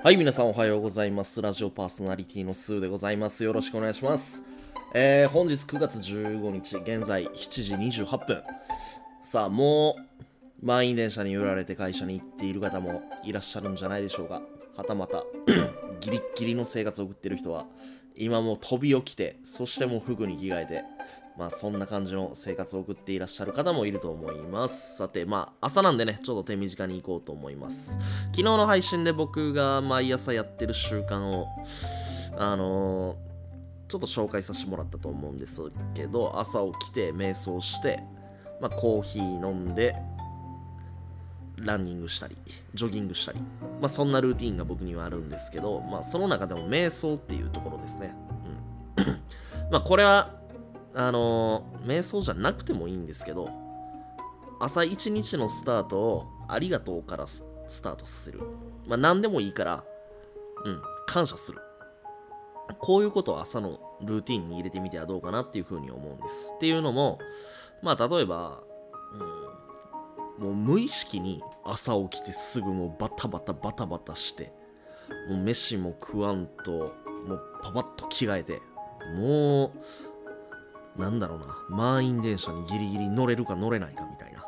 はい、皆さんおはようございます。ラジオパーソナリティのスーでございます。よろしくお願いします。本日9月15日、現在7時28分。さあ、もう満員電車に揺られて会社に行っている方もいらっしゃるんじゃないでしょうか。はたまたギリッギリの生活を送っている人は、今もう飛び起きて、そしてもう服に着替えて、そんな感じの生活を送っていらっしゃる方もいると思います。さて、朝なんでね、ちょっと手短に行こうと思います。昨日の配信で僕が毎朝やってる習慣を、ちょっと紹介させてもらったと思うんですけど、朝起きて瞑想して、コーヒー飲んで、ランニングしたり、ジョギングしたり、そんなルーティンが僕にはあるんですけど、その中でも瞑想っていうところですね。これは、瞑想じゃなくてもいいんですけど、朝一日のスタートをありがとうからスタートさせる。何でもいいから、感謝する。こういうことを朝のルーティンに入れてみてはどうかなっていうふうに思うんです。っていうのも、例えば、もう無意識に朝起きてすぐもうバタバタして、もう飯も食わんと、もうパパッと着替えて、もう、なんだろうな、満員電車にギリギリ乗れるか乗れないかみたいな。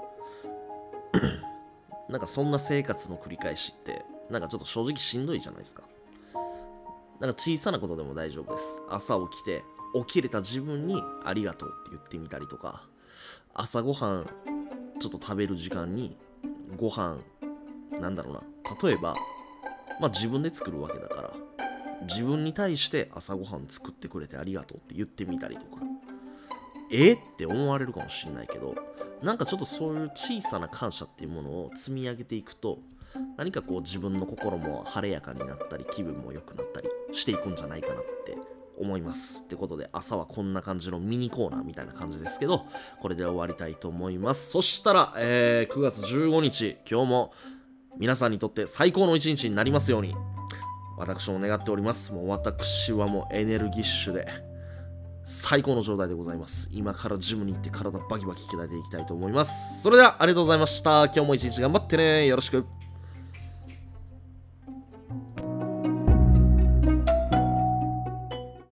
なんかそんな生活の繰り返しって、なんかちょっと正直しんどいじゃないですか。なんか小さなことでも大丈夫です。朝起きて、起きれた自分にありがとうって言ってみたりとか、朝ごはんちょっと食べる時間に、ご飯、なんだろうな、例えば、自分で作るわけだから、自分に対して朝ごはん作ってくれてありがとうって言ってみたりとか、って思われるかもしれないけど、なんかちょっとそういう小さな感謝っていうものを積み上げていくと、何かこう自分の心も晴れやかになったり、気分も良くなったりしていくんじゃないかなって思います。ってことで、朝はこんな感じのミニコーナーみたいな感じですけど、これで終わりたいと思います。そしたら、9月15日、今日も皆さんにとって最高の一日になりますように、私も願っております。もう私はもうエネルギッシュで、最高の状態でございます。今からジムに行って体バキバキ鍛えていきたいと思います。それではありがとうございました。今日も一日頑張ってね。よろしく。